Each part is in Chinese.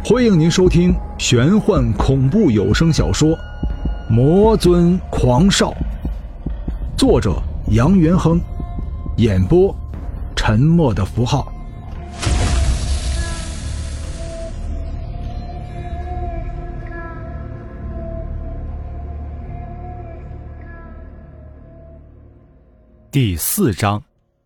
欢迎您收听玄幻恐怖有声小说《魔尊狂少》，作者杨元亨，演播沉默的符号。 第4章。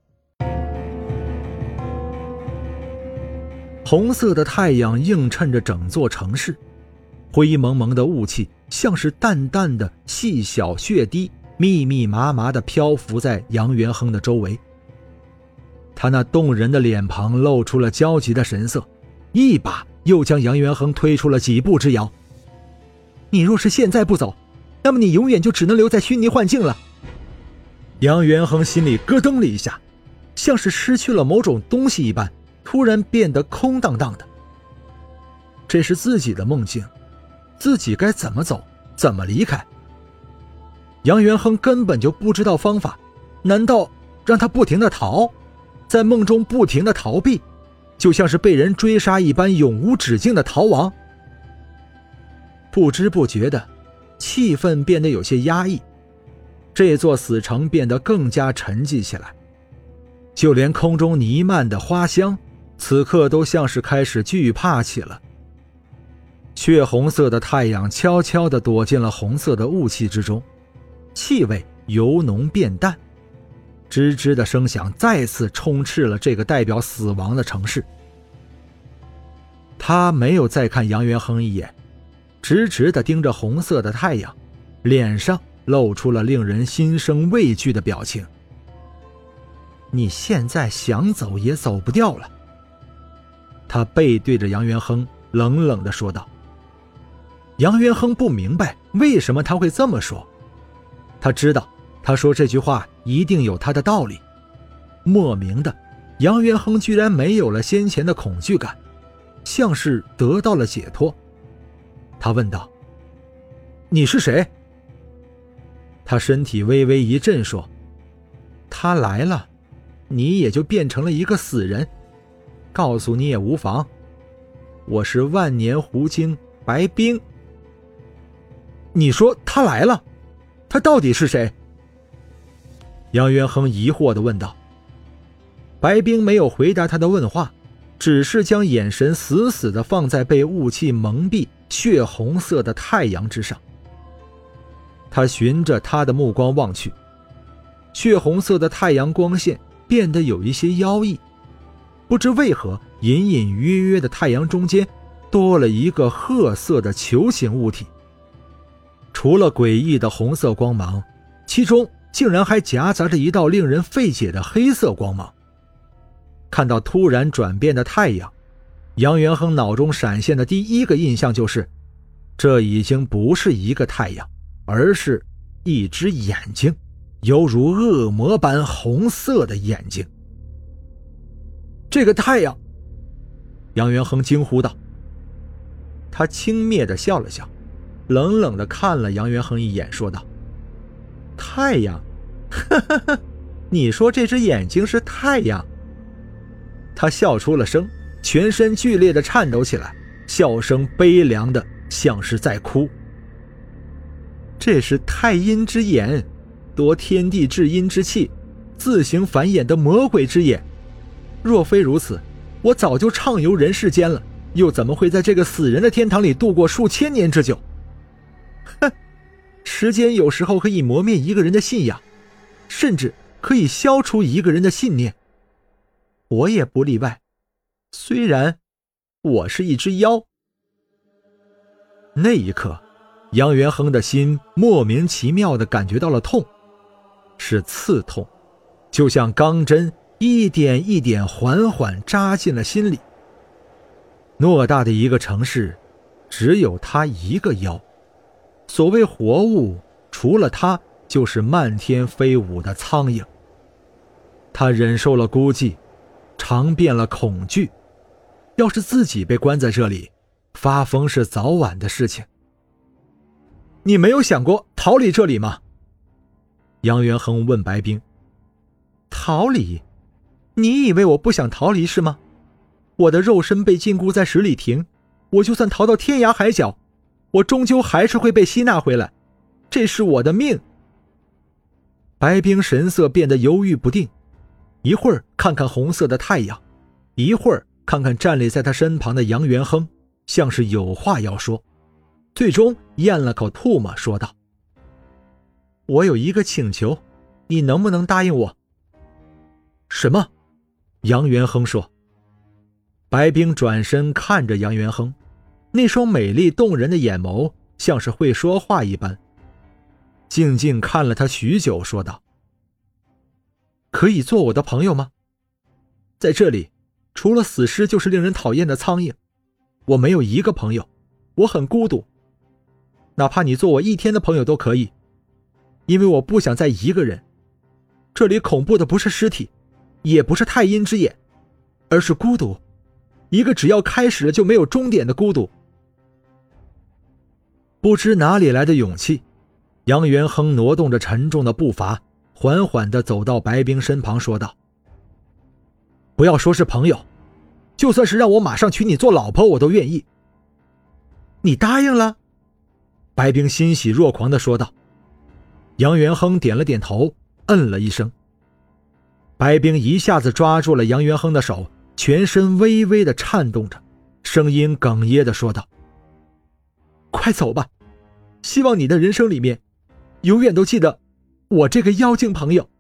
红色的太阳映衬着整座城市，灰蒙蒙的雾气像是淡淡的细小血滴，密密麻麻地漂浮在杨元亨的周围。他那动人的脸庞露出了焦急的神色，一把又将杨元亨推出了几步之遥。你若是现在不走，那么你永远就只能留在虚拟幻境了。杨元亨心里咯噔了一下，像是失去了某种东西一般，突然变得空荡荡的。这是自己的梦境，自己该怎么走，怎么离开？杨元亨根本就不知道方法，难道让他不停地逃，在梦中不停地逃避，就像是被人追杀一般永无止境的逃亡？不知不觉的，气氛变得有些压抑，这座死城变得更加沉寂起来，就连空中弥漫的花香此刻都像是开始惧怕起了。血红色的太阳悄悄地躲进了红色的雾气之中，气味由浓变淡，吱吱的声响再次充斥了这个代表死亡的城市。他没有再看杨元亨一眼，直直地盯着红色的太阳，脸上露出了令人心生畏惧的表情。你现在想走也走不掉了。他背对着杨元亨冷冷地说道。杨元亨不明白为什么他会这么说，他知道他说这句话一定有他的道理。莫名的，杨元亨居然没有了先前的恐惧感，像是得到了解脱。他问道：你是谁？他身体微微一震说：他来了，你也就变成了一个死人，告诉你也无妨，我是万年狐精白冰。你说他来了，他到底是谁？杨元亨疑惑地问道。白冰没有回答他的问话，只是将眼神死死地放在被雾气蒙蔽血红色的太阳之上。他循着他的目光望去，血红色的太阳光线变得有一些妖异，不知为何隐隐约约的太阳中间多了一个褐色的球形物体。除了诡异的红色光芒，其中竟然还夹杂着一道令人费解的黑色光芒。看到突然转变的太阳，杨元亨脑中闪现的第一个印象就是，这已经不是一个太阳，而是一只眼睛，犹如恶魔般红色的眼睛。这个太阳！杨元亨惊呼道。他轻蔑地笑了笑，冷冷地看了杨元亨一眼，说道：太阳？哈哈哈，你说这只眼睛是太阳？他笑出了声，全身剧烈地颤抖起来，笑声悲凉的像是在哭。这是太阴之眼，夺天地至阴之气，自行繁衍的魔鬼之眼。若非如此，我早就畅游人世间了，又怎么会在这个死人的天堂里度过数千年之久？哼，时间有时候可以磨灭一个人的信仰，甚至可以消除一个人的信念。我也不例外，虽然我是一只妖。那一刻，杨元亨的心莫名其妙地感觉到了痛，是刺痛，就像钢针一点一点缓缓扎进了心里。偌大的一个城市，只有他一个妖，所谓活物，除了他就是漫天飞舞的苍蝇。他忍受了孤寂，尝遍了恐惧，要是自己被关在这里，发疯是早晚的事情。你没有想过逃离这里吗？杨元亨问白冰。逃离？你以为我不想逃离是吗？我的肉身被禁锢在十里亭， 我就算逃到天涯海角，我终究还是会被吸纳回来，这是我的命。白冰神色变得犹豫不定，一会儿看看红色的太阳，一会儿看看站立在他身旁的杨元亨，像是有话要说，最终咽了口唾沫说道：我有一个请求，你能不能答应我？什么？杨元亨说。白冰转身看着杨元亨，那双美丽动人的眼眸像是会说话一般，静静看了他许久，说道：可以做我的朋友吗？在这里，除了死尸就是令人讨厌的苍蝇，我没有一个朋友，我很孤独，哪怕你做我一天的朋友都可以，因为我不想再一个人。这里恐怖的不是尸体，也不是太阴之眼，而是孤独，一个只要开始了就没有终点的孤独。不知哪里来的勇气，杨元亨挪动着沉重的步伐，缓缓地走到白冰身旁，说道：不要说是朋友，就算是让我马上娶你做老婆我都愿意。你答应了？白冰欣喜若狂地说道。杨元亨点了点头，嗯了一声。白冰一下子抓住了杨元亨的手，全身微微地颤动着，声音哽咽地说道：快走吧，希望你的人生里面永远都记得我这个妖精朋友。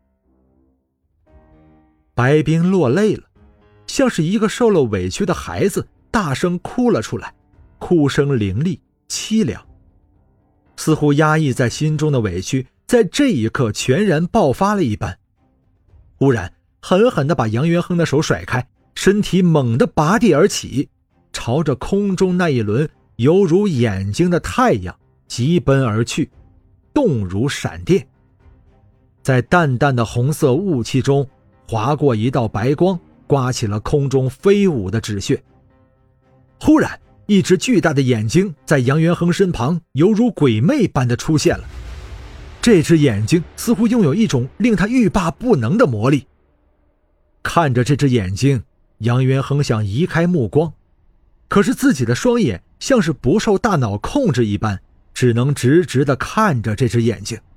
白冰落泪了，像是一个受了委屈的孩子，大声哭了出来，哭声凌厉凄凉，似乎压抑在心中的委屈在这一刻全然爆发了一般。忽然狠狠地把杨元亨的手甩开，身体猛地拔地而起，朝着空中那一轮犹如眼睛的太阳疾奔而去，动如闪电。在淡淡的红色雾气中划过一道白光，刮起了空中飞舞的纸屑。忽然一只巨大的眼睛在杨元亨身旁犹如鬼魅般的出现了，这只眼睛似乎拥有一种令他欲罢不能的魔力。看着这只眼睛，杨元亨想移开目光，可是自己的双眼像是不受大脑控制一般，只能直直地看着这只眼睛。